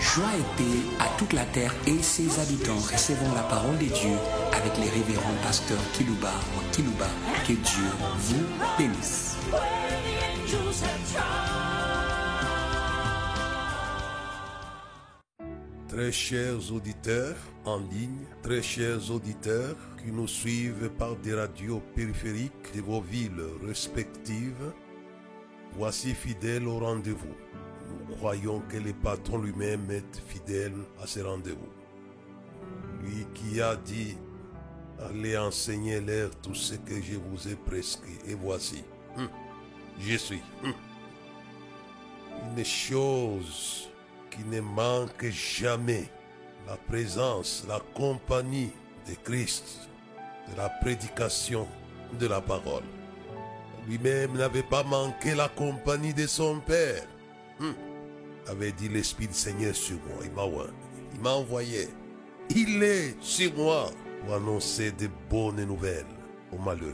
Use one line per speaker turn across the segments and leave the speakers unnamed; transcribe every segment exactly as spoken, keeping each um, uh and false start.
Joie et paix à toute la terre et ses habitants. Recevons la parole de Dieu avec les révérends pasteurs Kilouba ou Kilouba. Que Dieu vous bénisse.
Très chers auditeurs en ligne, très chers auditeurs qui nous suivent par des radios périphériques de vos villes respectives, voici fidèle au rendez-vous. Nous croyons que le patron lui-même est fidèle à ce rendez-vous. Lui qui a dit « Allez enseigner-leur tout ce que je vous ai prescrit. » Et voici, hum, je suis. Hum. Une chose qui ne manque jamais, la présence, la compagnie de Christ, de la prédication de la parole. Lui-même n'avait pas manqué la compagnie de son Père. Hum. Avait dit l'Esprit du Seigneur sur moi. Il m'a, il m'a envoyé. Il est sur moi pour annoncer de bonnes nouvelles aux malheureux.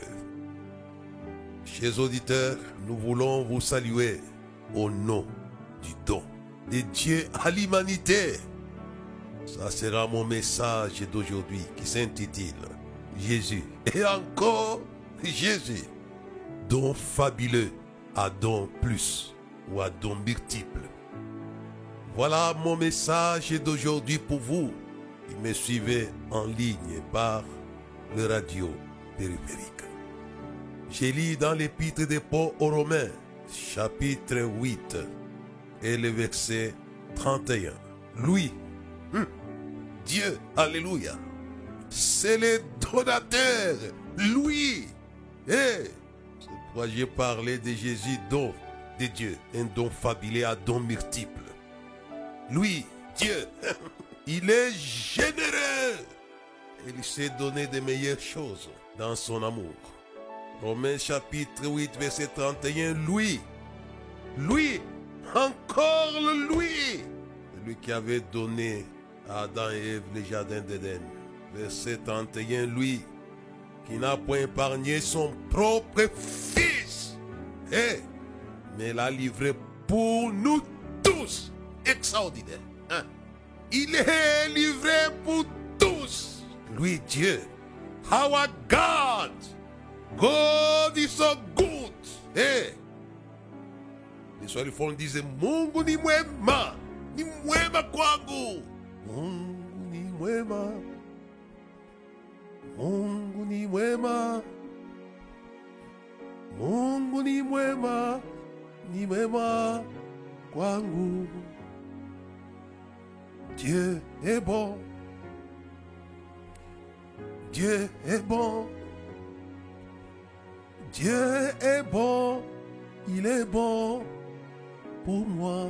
Chers auditeurs, nous voulons vous saluer au nom du don de Dieu à l'humanité. Ça sera mon message d'aujourd'hui qui s'intitule Jésus. Et encore Jésus. Don fabuleux à don plus ou à don multiple. Voilà mon message d'aujourd'hui pour vous qui me suivez en ligne par le radio périphérique. J'ai lu dans l'épître de Paul aux Romains, chapitre huit, et le verset trente et un. Lui, hum, Dieu, alléluia, c'est le donateur, lui. Et c'est pourquoi j'ai parlé de Jésus, don de Dieu, un don fabuleux à don multiple. Lui, Dieu, il est généreux. Il s'est donné de meilleures choses dans son amour. Romains chapitre huit, verset trente et un, lui, lui, encore lui, lui qui avait donné à Adam et Ève le jardin d'Éden. Verset trente et un, lui, qui n'a point épargné son propre fils, et, mais l'a livré pour nous tous. Extraordinaire. Hein? Il est livré pour tous. Lui, Dieu. Our God. God is so good. Eh. Les Swahili disent Mungu ni mwema. Ni mwema kwangu. Mungu ni mwema. Mungu ni mwema. Mungu ni mwema. Ni mwema kwangu. Dieu est bon. Dieu est bon. Dieu est bon. Il est bon pour moi.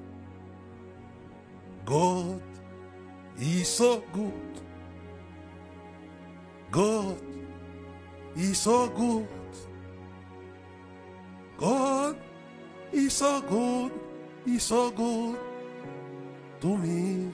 God is so good. God is so good. God is so good. He's so good to me.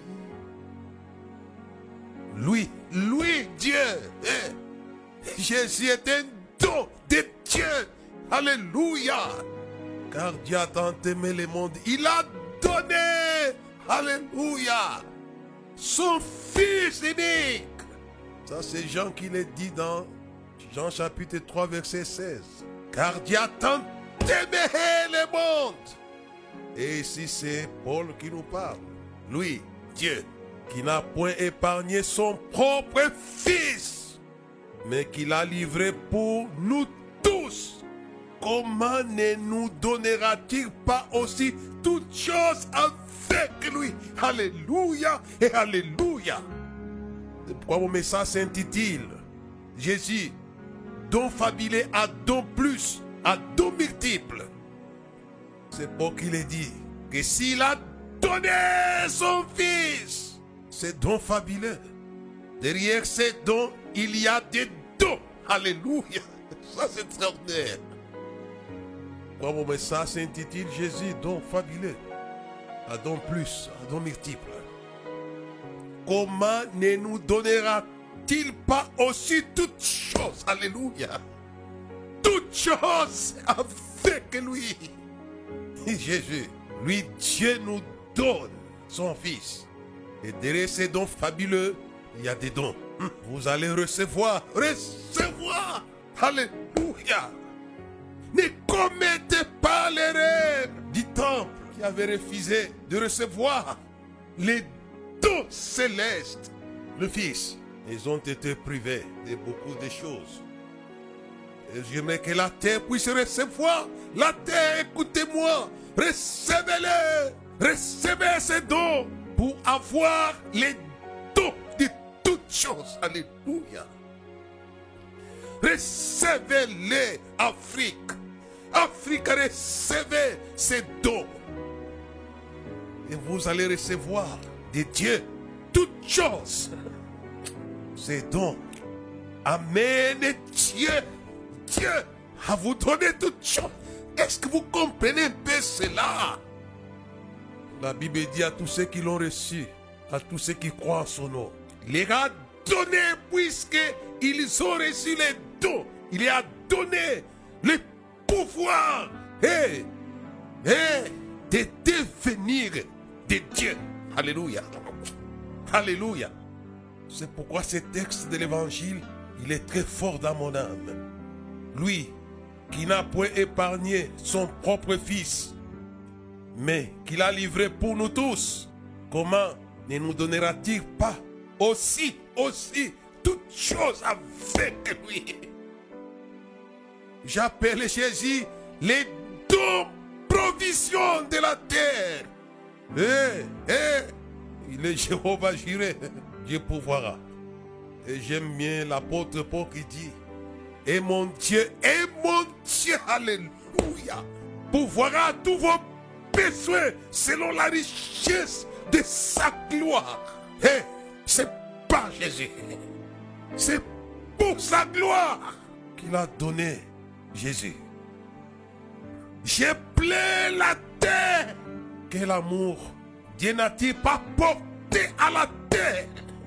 Lui, lui, Dieu, eh, Jésus est un don de Dieu. Alléluia. Car Dieu a tant aimé le monde, il a donné, alléluia, son Fils unique. Ça, c'est Jean qui le dit dans Jean chapitre trois, verset seize. Car Dieu a tant aimé le monde. Et ici, c'est Paul qui nous parle. Lui, Dieu, qui n'a point épargné son propre Fils, mais qui l'a livré pour nous tous. Comment ne nous donnera-t-il pas aussi toutes choses avec lui? Alléluia et alléluia. C'est pourquoi mon message s'intitule Jésus, don fabuleux à don plus, à don multiple. C'est Paul qui le dit, que s'il a donné son Fils, c'est don fabuleux. Derrière ces dons, il y a des dons. Alléluia. Ça, c'est extraordinaire. Quoi, mon message s'intitule Jésus, don fabuleux, à don plus, à don multiple. Comment ne nous donnera-t-il pas aussi toutes choses? Alléluia. Toutes choses avec lui. Jésus, lui, Dieu nous donne son Fils. Et derrière ces dons fabuleux, il y a des dons. Vous allez recevoir, recevoir. Alléluia. Ne commettez pas l'erreur du temple qui avait refusé de recevoir les dons célestes. Le Fils, ils ont été privés de beaucoup de choses. Et j'aimerais que la terre puisse recevoir. La terre, écoutez-moi, recevez-les, recevez ces dons pour avoir les dons de toutes choses. Alléluia. Recevez-les, Afrique. Afrique, recevez ces dons. Et vous allez recevoir de Dieu toutes choses. Ces dons amènent Dieu, Dieu à vous donner toutes choses. Est-ce que vous comprenez un peu cela? La Bible dit à tous ceux qui l'ont reçu, à tous ceux qui croient en son nom, il leur a donné, puisqu'ils ont reçu les dons, il leur a donné le pouvoir et, et de devenir des dieux. Alléluia. Alléluia. C'est pourquoi ce texte de l'évangile, il est très fort dans mon âme. Lui, qui n'a point épargné son propre Fils, mais qui l'a livré pour nous tous, comment ne nous donnera-t-il pas aussi, aussi, toutes choses avec lui? J'appelle Jésus les dons provisions de la terre. Eh, eh, il est Jéhovah Jireh, Dieu pourvoira. Et j'aime bien l'apôtre Paul qui dit, et mon Dieu, et mon Dieu, alléluia, pourvoira tous vos besoins selon la richesse de sa gloire. Eh, c'est pas Jésus, c'est pour sa gloire qu'il a donné Jésus. J'ai plaint la terre. Quel amour Dieu n'a-t-il pas porté à la terre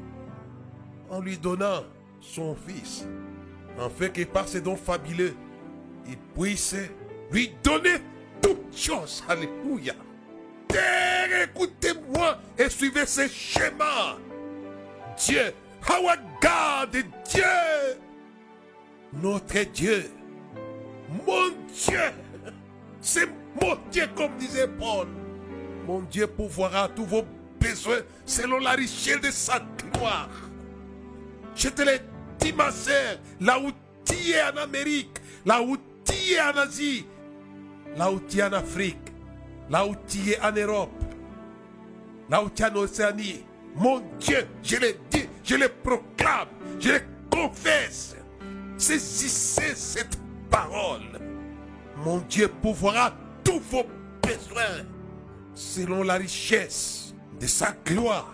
en lui donnant son Fils, afin que par ses dons fabuleux, il puisse lui donner toutes choses. Alléluia. Terre, écoutez-moi et suivez ce schéma. Dieu, our God, Dieu, notre Dieu, mon Dieu, c'est mon Dieu comme disait Paul. Mon Dieu pourvoira tous vos besoins selon la richesse de sa gloire. Je te l'ai dit, ma sœur, là où tu es en Amérique, là où tu es en Asie, là où tu es en Afrique, là où tu es en Europe, là où tu es en Océanie, mon Dieu, je le dis, je le proclame, je le confesse. Saisissez cette parole. Mon Dieu pourvoira tous vos besoins selon la richesse de sa gloire.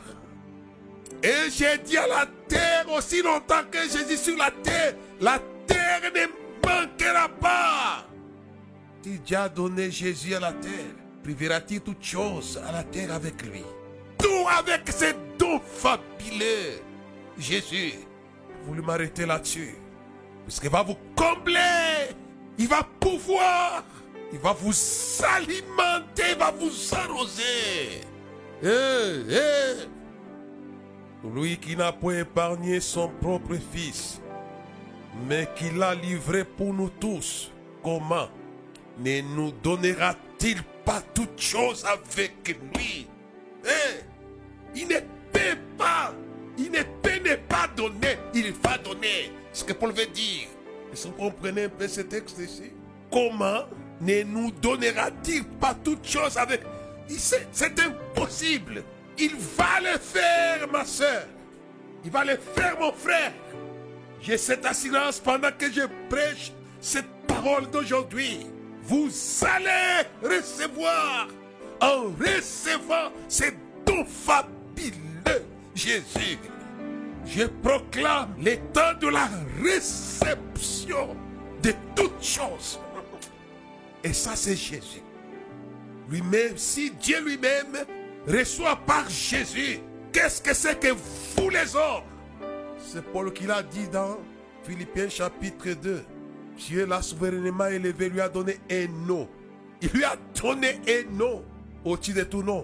Et j'ai dit à la terre, aussi longtemps que Jésus sur la terre, la terre ne manquera pas. Si Dieu a donné Jésus à la terre, privera-t-il toutes choses à la terre avec lui? Tout avec ses dons fabuleux. Jésus, vous voulez m'arrêter là-dessus? Puisqu'il va vous combler, il va pouvoir, il va vous alimenter, il va vous arroser. Eh, eh. Lui qui n'a point épargné son propre Fils, mais qui l'a livré pour nous tous, comment ne nous donnera-t-il pas toutes choses avec lui? Eh, il ne peut pas, il ne peut ne pas donner, il va donner. Ce que Paul veut dire. Est-ce que vous comprenez un peu ce texte ici? Comment ne nous donnera-t-il pas toutes choses avec... C'est, c'est impossible. Il va le faire, ma soeur. Il va le faire, mon frère. J'ai cette assurance pendant que je prêche cette parole d'aujourd'hui. Vous allez recevoir, en recevant ces dons fabuleux, Jésus. Je proclame le temps de la réception de toutes choses. Et ça, c'est Jésus. Lui-même, si Dieu lui-même reçoit par Jésus, qu'est-ce que c'est que vous les hommes? C'est Paul qui l'a dit dans Philippiens chapitre deux. Dieu l'a souverainement élevé, lui a donné un nom. Il lui a donné un nom au-dessus de tout nom.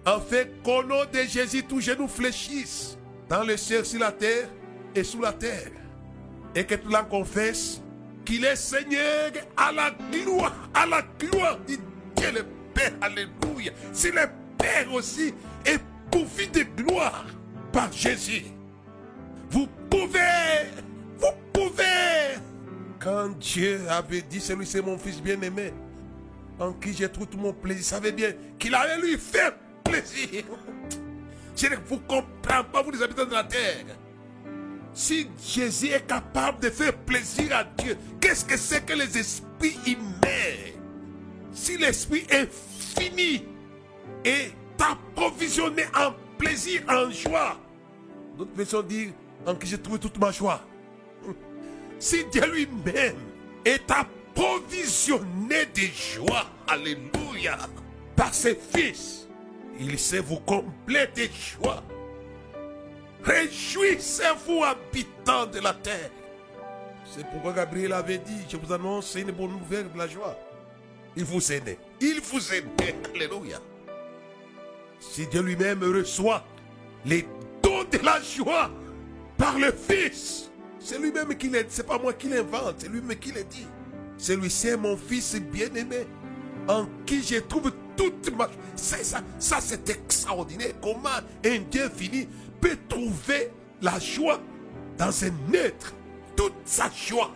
afin qu'au nom de Jésus, tous genoux fléchissent dans le ciel, sur la terre et sous la terre. Et que tout le monde confesse qu'il est Seigneur à la gloire, à la gloire de Dieu le Père. Alléluia. C'est le Père aussi est pourvu de gloire par Jésus. Vous pouvez, vous pouvez. Quand Dieu avait dit, celui c'est mon fils bien-aimé, en qui j'ai trouvé tout mon plaisir, savez bien qu'il allait lui faire plaisir. Je ne vous comprends pas, vous les habitants de la terre. Si Jésus est capable de faire plaisir à Dieu, qu'est-ce que c'est que les esprits humains? Si l'esprit est fini et approvisionné en plaisir, en joie, d'autres versions disent en qui j'ai trouvé toute ma joie. Si Dieu lui-même est approvisionné de joie, alléluia, par ses fils, il sait vous combler de joie. Réjouissez-vous, habitants de la terre. C'est pourquoi Gabriel avait dit, je vous annonce une bonne nouvelle de la joie. Il vous est né. Il vous est né. Alléluia. Si Dieu lui-même reçoit les dons de la joie par le Fils, c'est lui-même qui l'a dit, c'est pas moi qui l'invente, c'est lui-même qui l'a dit. Celui-ci est mon Fils bien-aimé, en qui je trouve toute ma joie. C'est ça, ça c'est extraordinaire. Comment un Dieu fini peut trouver la joie dans un être, toute sa joie.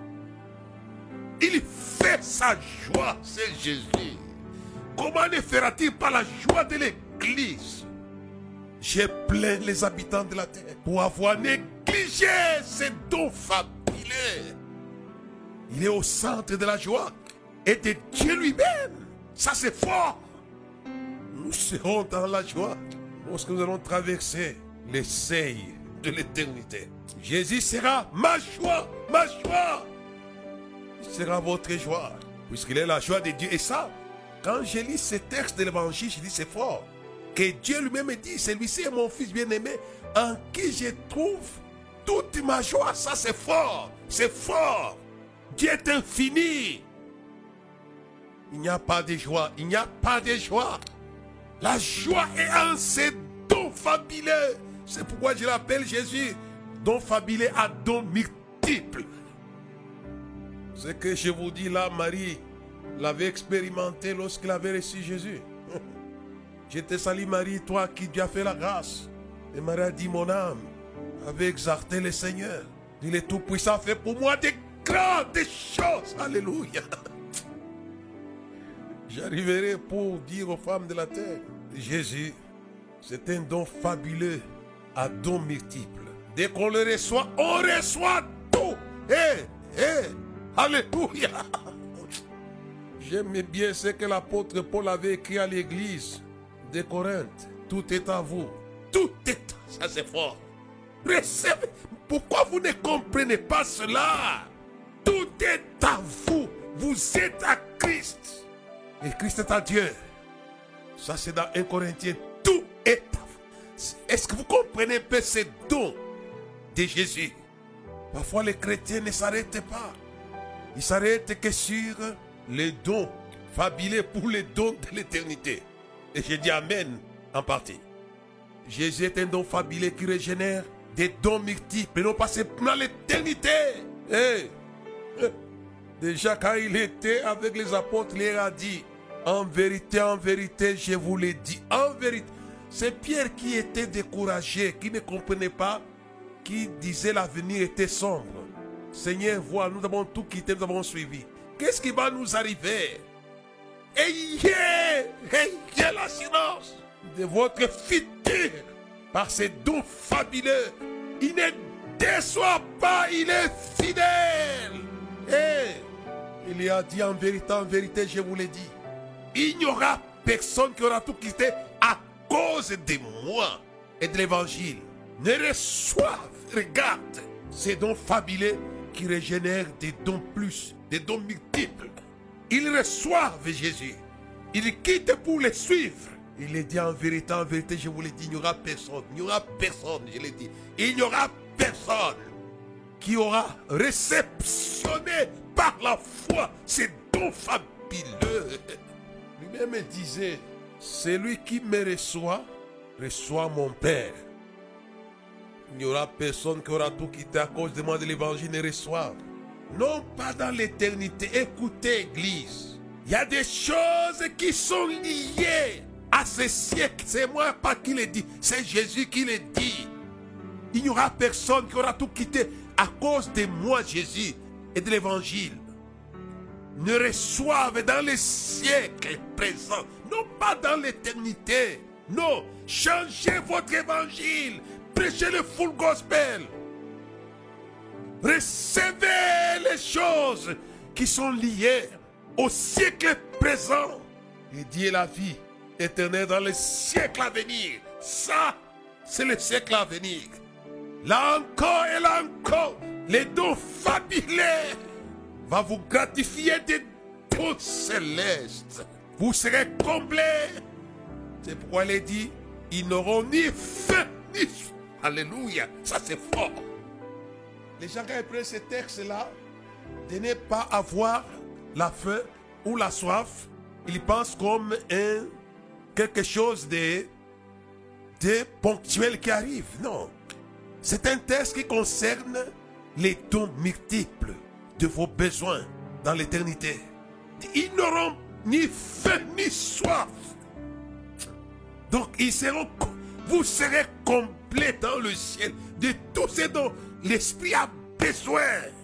Il fait sa joie, c'est Jésus. Comment ne fera-t-il pas la joie de l'Église? J'ai plaint les habitants de la terre pour avoir négligé ces dons fabuleux. Il est au centre de la joie et de Dieu lui-même. Ça c'est fort. Nous serons dans la joie lorsque nous allons traverser les seuils de l'éternité. Jésus sera ma joie, ma joie. Il sera votre joie, puisqu'il est la joie de Dieu. Et ça, quand je lis ces textes de l'évangile, je dis c'est fort. Que Dieu lui-même dit, celui-ci est mon fils bien-aimé, en qui je trouve toute ma joie. Ça c'est fort, c'est fort. Dieu est infini. Il n'y a pas de joie, il n'y a pas de joie. La joie est en ces dons fabuleux. C'est pourquoi je l'appelle Jésus, don fabuleux à dons multiples. Ce que je vous dis là, Marie l'avait expérimenté lorsqu'il avait reçu Jésus. Je te salue Marie, toi qui Dieu a fait la grâce. Et Marie a dit, mon âme avait exalté le Seigneur. Il est tout-puissant, fait pour moi des grandes choses. Alléluia. J'arriverai pour dire aux femmes de la terre, Jésus, c'est un don fabuleux à dons multiples. Dès qu'on le reçoit, on reçoit tout. Hé, hé, alléluia. J'aime bien ce que l'apôtre Paul avait écrit à l'église de Corinthe. Tout est à vous. Tout est, ça c'est fort. Recevez. Pourquoi vous ne comprenez pas cela? Tout est à vous. Vous êtes à Christ. Et Christ est à Dieu. Ça c'est dans un Corinthiens. Tout est à vous. Est-ce que vous comprenez un peu ces dons de Jésus? Parfois les chrétiens ne s'arrêtent pas. Ils s'arrêtent que sur les dons fabuleux pour les dons de l'éternité. Et je dis Amen en partie. Jésus est un don fabuleux qui régénère des dons multiples et non pas simplement l'éternité. Hey. Déjà quand il était avec les apôtres, il leur a dit, en vérité, en vérité, je vous l'ai dit, en vérité. C'est Pierre qui était découragé, qui ne comprenait pas, qui disait l'avenir était sombre. Seigneur, vois, nous avons tout quitté, nous avons suivi. Qu'est-ce qui va nous arriver? Ayez, ayez l'assurance de votre futur par ces dons fabuleux. Il ne déçoit pas, il est fidèle. Et il a dit en vérité, en vérité, je vous l'ai dit, il n'y aura personne qui aura tout quitté à cause de moi et de l'évangile. Ne reçoivent, regarde, ces dons fabuleux qui régénèrent des dons plus, des dons multiples. Ils reçoivent Jésus. Ils quittent pour le suivre. Il est dit en vérité, en vérité, je vous l'ai dit, il n'y aura personne. Il n'y aura personne, je l'ai dit. Il n'y aura personne qui aura réceptionné par la foi ces dons fabuleux. Lui-même disait, celui qui me reçoit, reçoit mon Père. Il n'y aura personne qui aura tout quitté à cause de moi de l'évangile et reçoive. Non pas dans l'éternité. Écoutez, Église. Il y a des choses qui sont liées à ce siècle. C'est moi pas qui le dit, c'est Jésus qui le dit. Il n'y aura personne qui aura tout quitté à cause de moi, Jésus, et de l'évangile. Ne reçoivent dans les siècles présents, non pas dans l'éternité. Non, changez votre évangile. Prêchez le full gospel. Recevez les choses qui sont liées au siècle présent. Et Dieu la vie éternelle dans les siècles à venir. Ça, c'est le siècle à venir. Là encore et là encore, les dons fabuleux va vous gratifier des dons célestes. Vous serez comblés. C'est pourquoi il est dit, ils n'auront ni faim ni soif. Alléluia, ça c'est fort. Les gens qui prennent ce texte-là, de ne pas avoir la faim ou la soif, ils pensent comme un, quelque chose de, de ponctuel qui arrive. Non, c'est un texte qui concerne les dons multiples de vos besoins dans l'éternité. Ils n'auront ni faim ni soif. Donc ils seront, vous serez complets dans le ciel de tout ce dont l'esprit a besoin.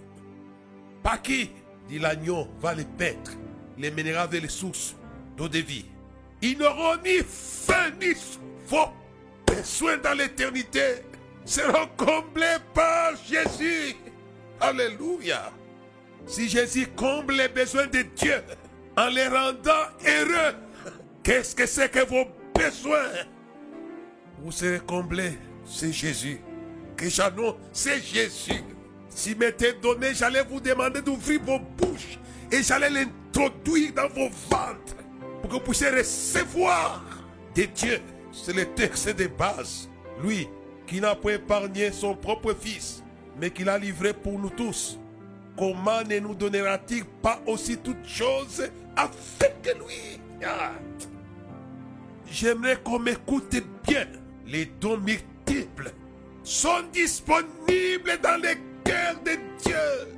Pas qui, dit l'agneau, va les paître, les mènera vers les sources d'eau de vie. Ils n'auront ni faim ni soif. Vos besoins dans l'éternité seront comblés par Jésus. Alléluia. Si Jésus comble les besoins de Dieu en les rendant heureux, qu'est-ce que c'est que vos besoins? Vous serez comblés, c'est Jésus. Que j'annonce, c'est Jésus. Si m'était donné, j'allais vous demander d'ouvrir vos bouches et j'allais l'introduire dans vos ventres pour que vous puissiez recevoir de Dieu. C'est le texte de base. Lui qui n'a pas épargné son propre fils, mais qui l'a livré pour nous tous. Comment ne nous donnera-t-il pas aussi toutes choses avec lui? Ah. J'aimerais qu'on m'écoute bien. Les dons multiples sont disponibles dans les cœurs de Dieu.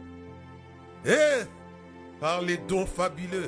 Et par les dons fabuleux.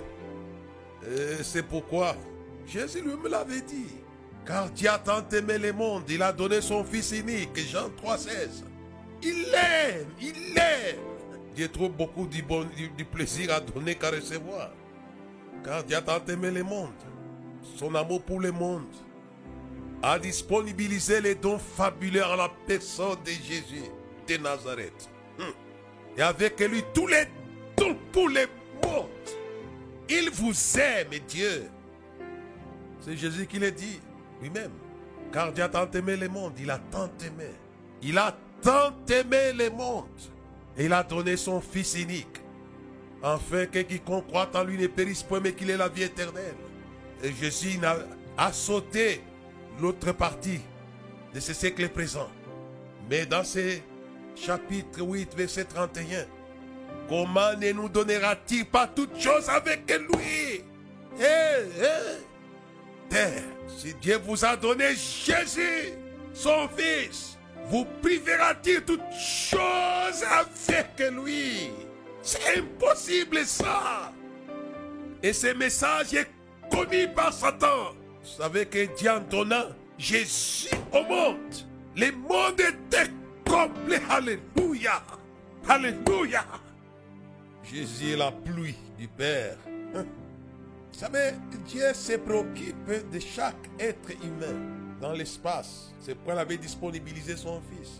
Et c'est pourquoi Jésus lui me l'avait dit. Car Dieu a tant aimé le monde, il a donné son Fils unique, Jean trois seize. Il l'aime, il l'aime. Dieu trouve beaucoup du, bon, du, du plaisir à donner qu'à recevoir. Car Dieu a tant aimé le monde. Son amour pour le monde a disponibilisé les dons fabuleux en la personne de Jésus de Nazareth. Hum. Et avec lui, tous les dons pour le monde. Il vous aime, Dieu. C'est Jésus qui l'a dit lui-même. Car Dieu a tant aimé le monde. Il a tant aimé. Il a tant aimé le monde. Et il a donné son Fils unique. Afin que quiconque croit en lui ne périsse point, mais qu'il ait la vie éternelle. Et Jésus a, a sauté l'autre partie de ce siècle présent. Mais dans ce chapitre huit, verset trente et un, comment ne nous donnera-t-il pas toutes choses avec lui? Eh, eh, terre, si Dieu vous a donné Jésus, son Fils, vous privera-t-il toutes choses avec lui? C'est impossible ça. Et ce message est commis par Satan. Vous savez que Dieu en donnant Jésus au monde, le monde était complet. Alléluia. Alléluia. Jésus est la pluie du Père. Vous savez, Dieu se préoccupe de chaque être humain dans l'espace. C'est pourquoi il avait disponibilisé son Fils.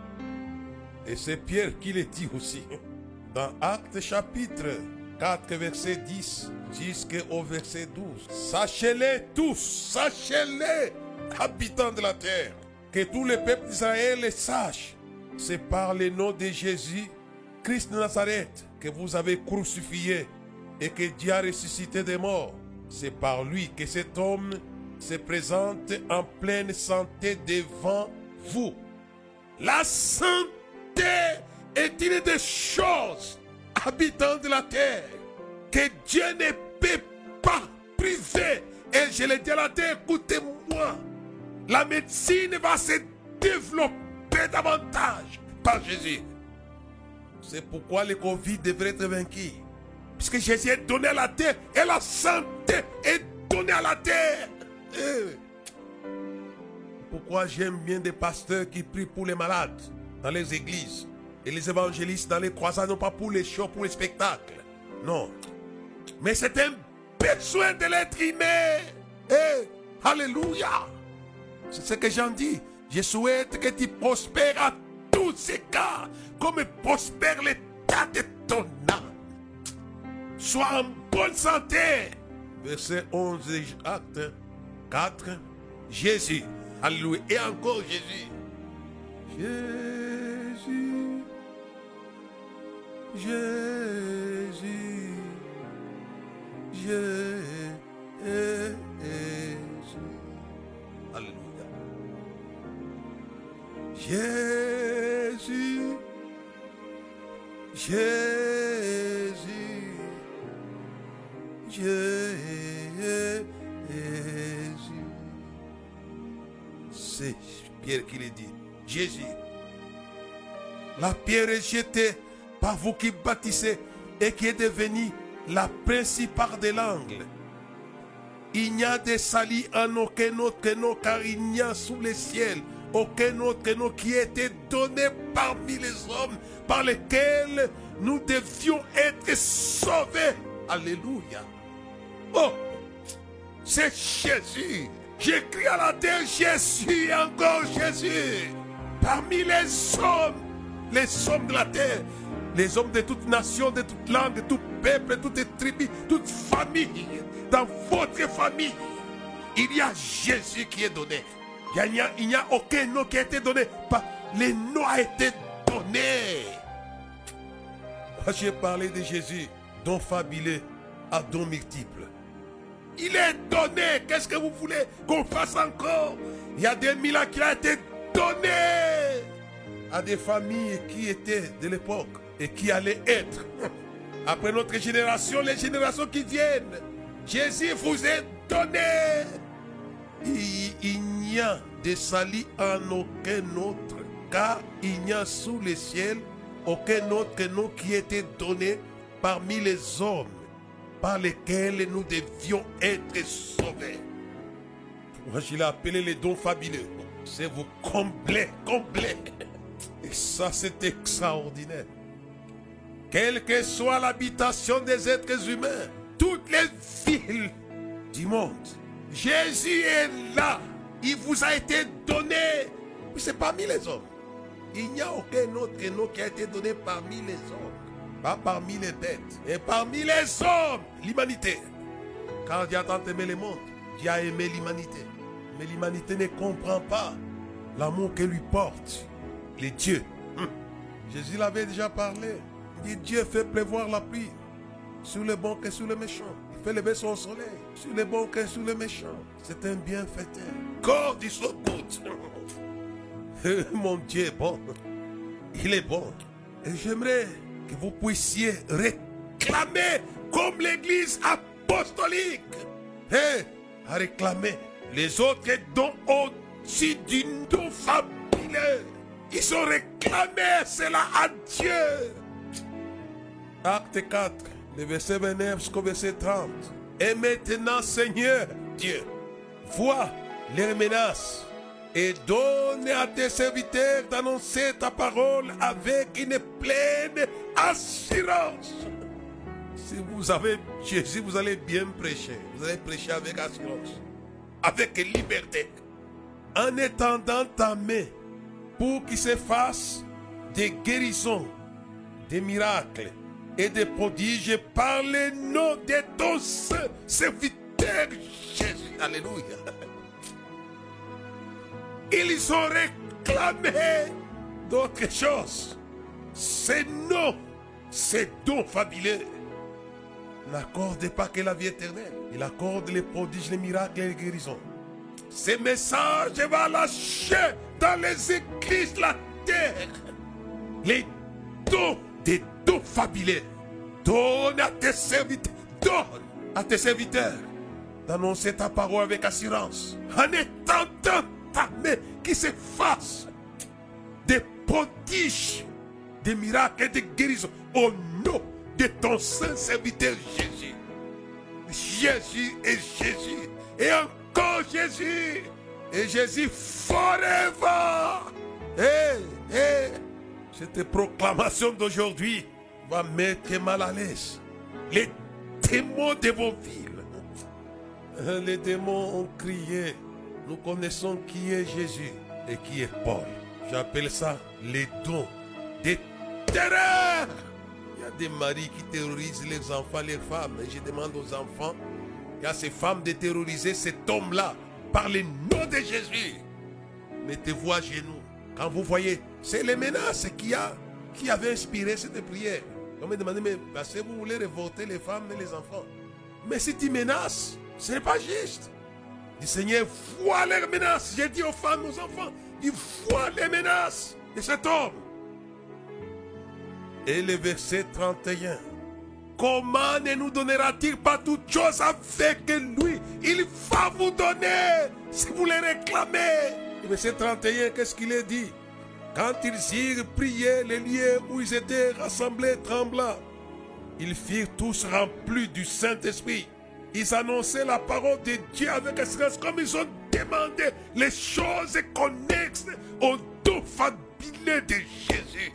Et c'est Pierre qui le dit aussi. Dans Actes chapitre quatre, verset dix jusqu'au verset douze. Sachez-les tous, sachez-les, habitants de la terre, que tout le peuple d'Israël les sache. C'est par le nom de Jésus, Christ de Nazareth, que vous avez crucifié et que Dieu a ressuscité des morts. C'est par lui que cet homme se présente en pleine santé devant vous. La santé est une des choses, habitants de la terre, que Dieu ne peut pas priver et je l'ai dit à la terre, écoutez-moi. La médecine va se développer davantage par Jésus. C'est pourquoi le Covid devrait être vaincu. Puisque Jésus est donné à la terre et la santé est donnée à la terre. Et pourquoi j'aime bien des pasteurs qui prient pour les malades dans les églises et les évangélistes dans les croisades, non pas pour les shows, pour les spectacles. Non. Mais c'est un besoin de l'être humain. Et alléluia. C'est ce que j'en dis. Je souhaite que tu prospères à tous ces cas, comme prospère l'état de ton âme. Sois en bonne santé. Verset onze, acte quatre. Jésus. Alléluia. Et encore Jésus. Jésus. Jésus. Jésus. Alléluia. Jésus. Jésus. Jésus. C'est Pierre qui le dit. Jésus. La pierre est jetée par vous qui bâtissez et qui est devenue la principale de l'angle. Il n'y a de salut en aucun autre nom, car il n'y a sous le ciel aucun autre nom qui ait été donné parmi les hommes par lesquels nous devions être sauvés. Alléluia. Oh, c'est Jésus. J'écris à la terre Jésus, encore Jésus. Parmi les hommes, les hommes de la terre, les hommes de toute nation, de toute langue, de tout peuple, de toute tribu, toute famille, dans votre famille, il y a Jésus qui est donné. Il n'y a, il n'y a aucun nom qui a été donné. Pas, le nom a été donné. Moi j'ai parlé de Jésus, don fabuleux à don multiple. Il est donné. Qu'est-ce que vous voulez qu'on fasse encore? Il y a des mille ans qui a été donné à des familles qui étaient de l'époque et qui allaient être. Après notre génération, les générations qui viennent, Jésus vous est donné. Il, il n'y a de salut en aucun autre, car il n'y a sous le ciel aucun autre nom qui ait été donné parmi les hommes par lesquels nous devions être sauvés. Moi, je l'ai appelé les dons fabuleux. C'est vous combler, combler. Et ça, c'est extraordinaire. Quelle que soit l'habitation des êtres humains, toutes les villes du monde, Jésus est là. Il vous a été donné. C'est parmi les hommes. Il n'y a aucun autre nom qui a été donné parmi les hommes. Pas parmi les bêtes, mais parmi les hommes, l'humanité. Quand Dieu a tant aimé le monde, Dieu a aimé l'humanité. Mais l'humanité ne comprend pas l'amour que lui porte les dieux. Hum. Jésus l'avait déjà parlé. Il dit Dieu fait pleuvoir la pluie sur les bons que sur les méchants. Il fait lever son soleil sur les bons que sur les méchants. C'est un bienfaiteur. Corps du so good. Mon Dieu est bon. Il est bon. Et j'aimerais que vous puissiez réclamer comme l'église apostolique. Et à réclamer les autres dons au-dessus du don fabuleux. Ils ont réclamé cela à Dieu. Acte quatre, le verset vingt-neuf jusqu'au verset trente. Et maintenant, Seigneur Dieu, vois les menaces et donne à tes serviteurs d'annoncer ta parole avec une pleine assurance. Si vous avez Jésus, vous allez bien prêcher. Vous allez prêcher avec assurance, avec liberté, en étendant ta main pour qu'il se fasse des guérisons, des miracles et des prodiges par le nom de ton serviteur Jésus. Alléluia. Ils ont réclamé d'autres choses. Ces noms, ces dons fabuleux n'accordent pas que la vie éternelle. Il accorde les prodiges, les miracles et les guérisons. Ces messages vont lâcher dans les églises de la terre. Les dons, des dons fabuleux. Donne à tes serviteurs. Donne à tes serviteurs d'annoncer ta parole avec assurance, en étendant ta main qui s'efface, des prodiges, des miracles et des guérisons au nom de ton saint serviteur Jésus. Jésus et Jésus et encore Jésus et Jésus forever. Hey, hey. Cette proclamation d'aujourd'hui va mettre mal à l'aise les démons de vos villes. Les démons ont crié. Nous connaissons qui est Jésus et qui est Paul. J'appelle ça les dons des terreurs. Il y a des maris qui terrorisent les enfants, les femmes. Et je demande aux enfants, il y a ces femmes de terroriser cet homme-là par le nom de Jésus. Mettez-vous à genoux. Quand vous voyez, c'est les menaces qui a, qui avaient inspiré cette prière. On me demandait, mais parce que vous voulez révolter les femmes et les enfants. Mais si tu menaces, ce n'est pas juste. Le Seigneur voit les menaces. J'ai dit aux femmes, aux enfants, il voit les menaces de cet homme. Et le verset trente et un. Comment ne nous donnera-t-il pas toutes choses avec lui? Il va vous donner si vous les réclamez. Le verset trente et un, qu'est-ce qu'il est dit? Quand ils irent prier, les lieux où ils étaient rassemblés tremblants, ils firent tous remplis du Saint-Esprit. Ils annonçaient la parole de Dieu avec assurance, comme ils ont demandé les choses connexes au don fabuleux de Jésus.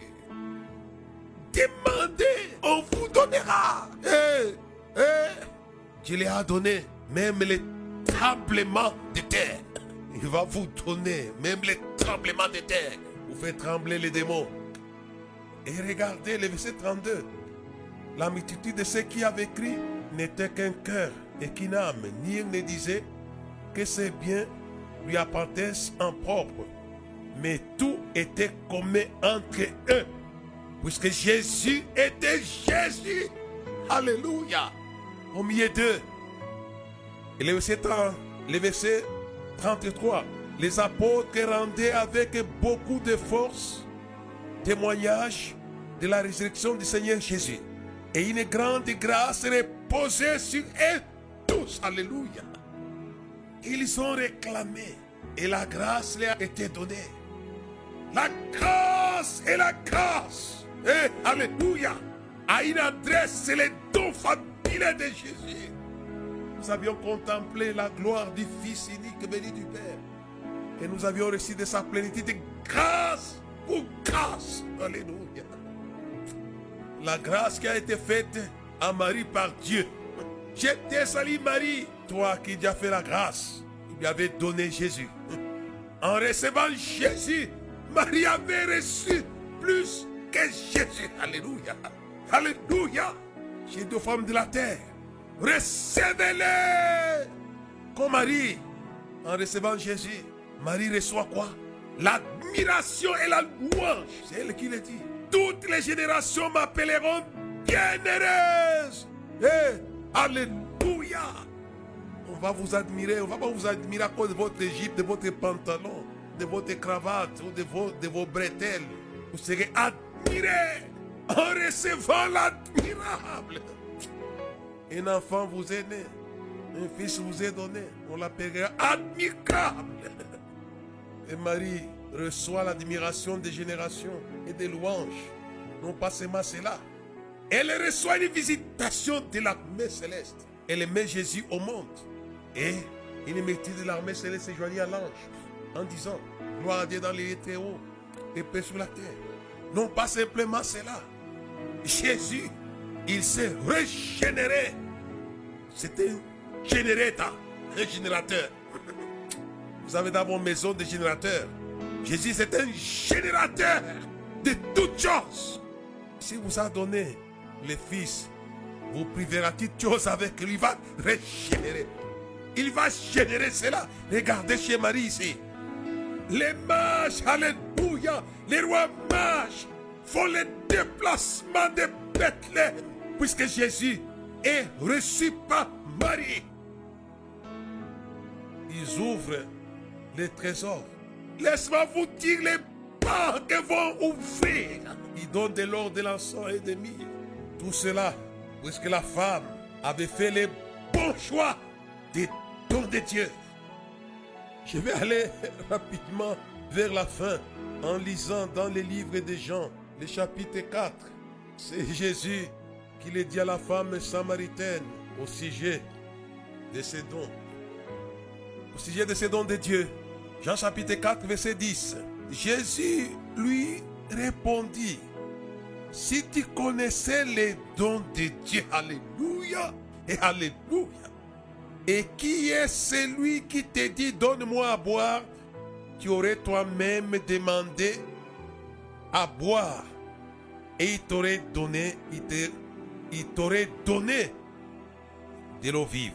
Demandez, on vous donnera. Eh, eh, Dieu les a donné, même les tremblements de terre. Il va vous donner, même les tremblements de terre. Vous faites trembler les démons. Et regardez le verset trente-deux. La multitude de ceux qui avaient écrit n'était qu'un cœur et qu'une âme. Ni ne disait que ses biens lui appartenaient en propre. Mais tout était commun entre eux. Puisque Jésus était Jésus. Alléluia. Au milieu d'eux. Et le verset, trente, le verset trente-trois. Les apôtres rendaient avec beaucoup de force témoignage de la résurrection du Seigneur Jésus. Et une grande grâce reposait sur eux tous. Alléluia. Ils ont réclamé. Et la grâce leur a été donnée. La grâce et la grâce. Eh, alléluia. À une adresse, c'est le don fabuleux de Jésus. Nous avions contemplé la gloire du Fils unique béni du Père. Et nous avions reçu de sa plénitude de grâce pour grâce. Alléluia. La grâce qui a été faite à Marie par Dieu. Je te salue Marie, toi qui as fait la grâce. Il lui avait donné Jésus. En recevant Jésus, Marie avait reçu plus que Jésus. Alléluia. Alléluia. J'ai deux femmes de la terre. Recevez-les. Comme Marie, en recevant Jésus, Marie reçoit quoi? L'admiration et la louange. C'est elle qui le dit. Toutes les générations m'appelleront bienheureuse. Eh, alléluia. On va vous admirer. On va pas vous admirer à cause de votre Égypte, de votre pantalon, de votre cravate ou de vos, de vos bretelles. Vous serez admirés en recevant l'admirable. Un enfant vous est né. Un fils vous est donné. On l'appellera admirable. Et Marie reçoit l'admiration des générations et des louanges. Non pas seulement cela. Elle reçoit une visitation de l'armée céleste. Elle met Jésus au monde. Et une multitude de l'armée céleste se joignit à l'ange en disant: gloire à Dieu dans les très hauts et paix sur la terre. Non pas simplement cela. Jésus, il s'est régénéré. C'était un générateur. Un générateur. Vous avez dans vos maisons des générateurs. Jésus, c'est un générateur de toutes choses. Si vous a donné le Fils, vous privera toutes choses avec lui. Il va régénérer. Il va générer cela. Regardez chez Marie ici. Les mages, alléluia, les rois mages font le déplacement de Bethléem, puisque Jésus est reçu par Marie. Ils ouvrent les trésors. Laisse-moi vous dire, les banques vont ouvrir. Ils donnent de l'or, de l'encens et des myrrhes. Tout cela, puisque la femme avait fait le bon choix de dons de Dieu. Je vais aller rapidement vers la fin en lisant dans les livres de Jean, le chapitre quatre. C'est Jésus qui le dit à la femme samaritaine au sujet de ses dons. Au sujet de ses dons de Dieu. Jean chapitre quatre, verset dix. Jésus lui répondit, si tu connaissais les dons de Dieu, alléluia et alléluia. Et qui est celui qui te dit, donne-moi à boire, tu aurais toi-même demandé à boire. Et il t'aurait donné, il, te, il t'aurait donné de l'eau vive.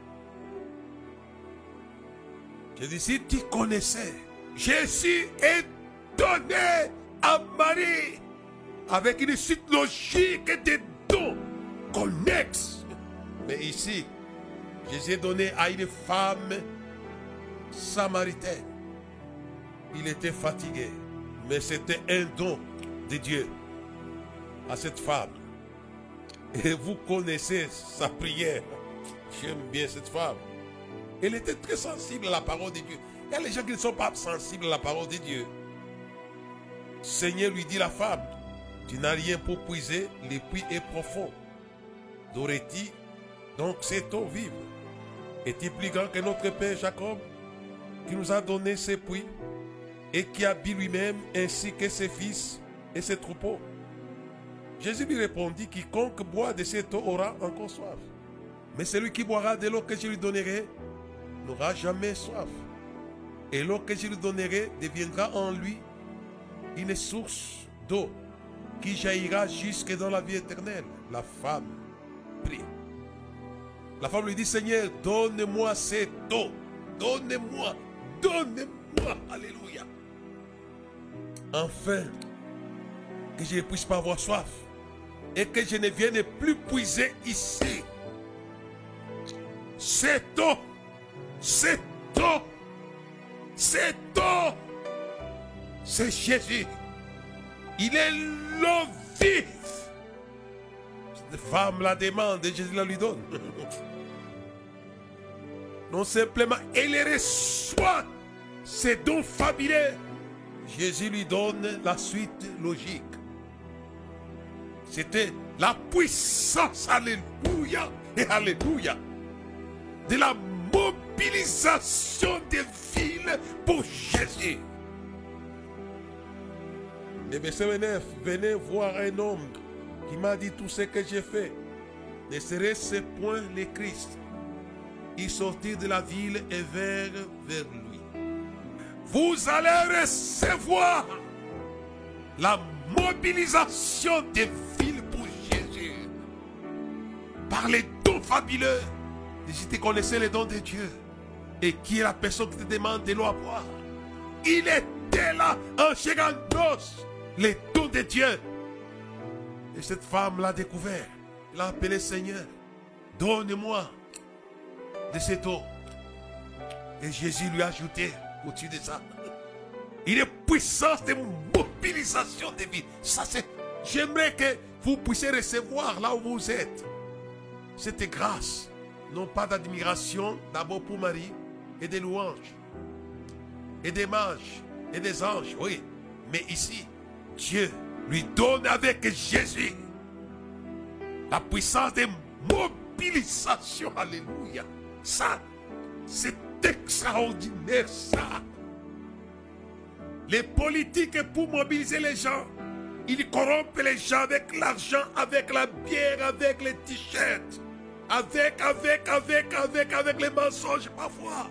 Je dis, si tu connaissais, Jésus est donné à Marie avec une suite logique de dons connexes. Mais ici, Jésus est donné à une femme samaritaine. Il était fatigué, mais c'était un don de Dieu à cette femme. Et vous connaissez sa prière. J'aime bien cette femme. Elle était très sensible à la parole de Dieu. Il y a les gens qui ne sont pas sensibles à la parole de Dieu. Seigneur lui dit la femme, tu n'as rien pour puiser, le puits est profond. D'aurais-tu donc cette eau vive? Est-il plus grand que notre père Jacob, qui nous a donné ces puits et qui habille lui-même ainsi que ses fils et ses troupeaux? Jésus lui répondit, quiconque boit de cette eau aura encore soif. Mais celui qui boira de l'eau que je lui donnerai n'aura jamais soif. Et l'eau que je lui donnerai deviendra en lui une source d'eau qui jaillira jusque dans la vie éternelle. La femme prie. La femme lui dit, Seigneur, donne-moi cette eau. Donne-moi, donne-moi. Alléluia. Enfin, que je ne puisse pas avoir soif et que je ne vienne plus puiser ici. Cette eau, cette eau, cette eau, c'est Jésus. Il est l'eau vive. Cette femme la demande et Jésus la lui donne. Non simplement, elle reçoit ses dons fabuleux. Jésus lui donne la suite logique. C'était la puissance, alléluia et alléluia, de la mobilisation des villes pour Jésus. Le verset neuf, venez voir un homme qui m'a dit tout ce que j'ai fait. Ne serait-ce point le Christ? Il sortit de la ville et vers, vers lui. Vous allez recevoir la mobilisation des villes pour Jésus par les dons fabuleux. Et si tu connaissais les dons de Dieu, et qui est la personne qui te demande de l'eau à boire, il était là en chair en os, les dons de Dieu. Et cette femme l'a découvert. Elle a appelé Seigneur, donne-moi de cette eau. Et Jésus lui a ajouté au-dessus de ça, il est puissance de mobilisation des vies. Ça c'est, j'aimerais que vous puissiez recevoir là où vous êtes cette grâce, non pas d'admiration d'abord pour Marie et des louanges et des mages et des anges, oui, mais ici Dieu lui donne avec Jésus la puissance de mobilisation. Alléluia. Ça, c'est extraordinaire, ça. Les politiques, pour mobiliser les gens, ils corrompent les gens avec l'argent, avec la bière, avec les t-shirts, avec, avec, avec, avec, avec les mensonges parfois.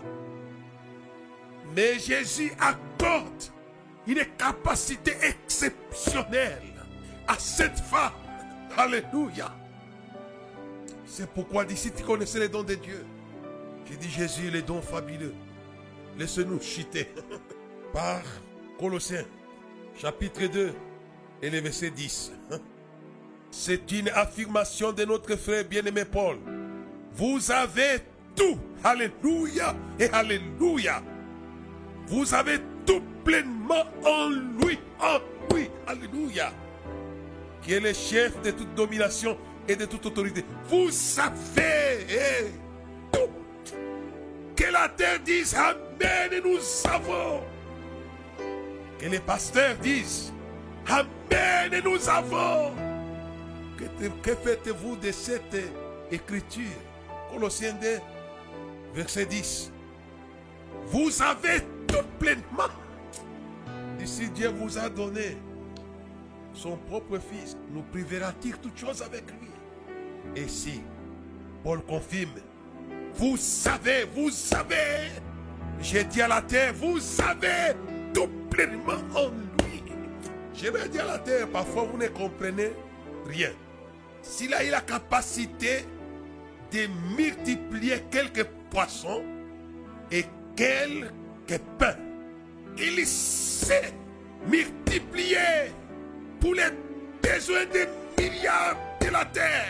Mais Jésus accorde une capacité exceptionnelle à cette femme. Alléluia. C'est pourquoi d'ici tu connaissais les dons de Dieu. J'ai dit Jésus, les dons fabuleux. Laisse-nous chuter. Par Colossiens, chapitre deux, et le verset dix. C'est une affirmation de notre frère bien-aimé Paul. Vous avez tout. Alléluia et alléluia. Vous avez tout pleinement en lui. En lui. Alléluia. Qui est le chef de toute domination et de toute autorité. Vous savez tout. Que la terre dise Amen et nous avons. Que les pasteurs disent Amen et nous avons. Que, que faites-vous de cette écriture? Colossiens deux, verset dix. Vous avez tout pleinement. Ici Dieu vous a donné son propre fils. Nous privera-t-il toutes choses avec lui? Et si Paul confirme, vous savez, vous savez, j'ai dit à la terre, vous savez tout pleinement en lui. Je vais dire à la terre, parfois vous ne comprenez rien. S'il a eu la capacité de multiplier quelques poissons et quelques pains, il sait multiplier pour les besoins des milliards de la terre.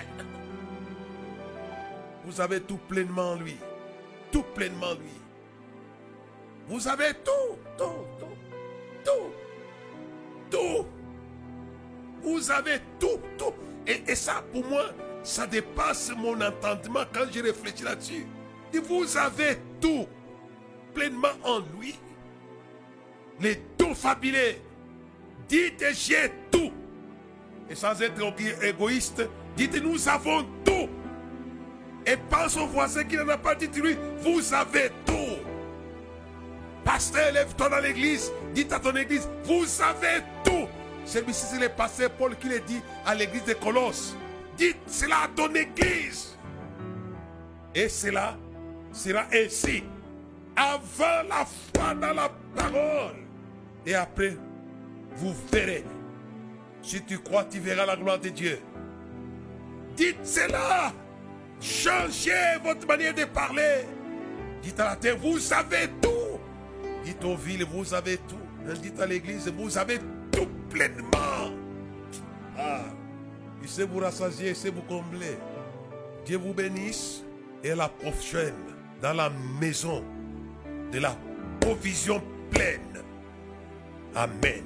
Vous avez tout pleinement en lui. Tout pleinement en lui. Vous avez tout, tout, tout, tout, tout. Vous avez tout, tout. Et, et ça, pour moi, ça dépasse mon entendement quand je réfléchis là-dessus. Et vous avez tout pleinement en lui. Les dons fabuleux. Dites j'ai tout. Et sans être égoïste, dites nous avons tout. Et pense au voisin qui n'en a pas, dit lui, vous avez tout. Pasteur, lève-toi dans l'église, dites à ton église, vous avez tout. Celui-ci, c'est le pasteur Paul qui le dit à l'église de Colosse. Dites cela à ton église. Et cela sera ainsi. Avant la foi dans la parole. Et après, vous verrez. Si tu crois, tu verras la gloire de Dieu. Dites cela. Changez votre manière de parler. Dites à la terre, vous avez tout. Dites aux villes, vous avez tout. Dites à l'église, vous avez tout pleinement. Ah, il sait vous rassasier, il sait vous combler. Dieu vous bénisse et à la prochaine dans la maison de la provision pleine. Amen.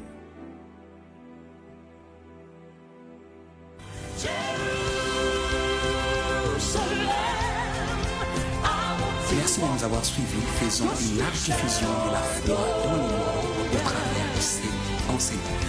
Merci de nous avoir suivis. Faisons une large diffusion de la foi dans le monde au travers de ces enseignements.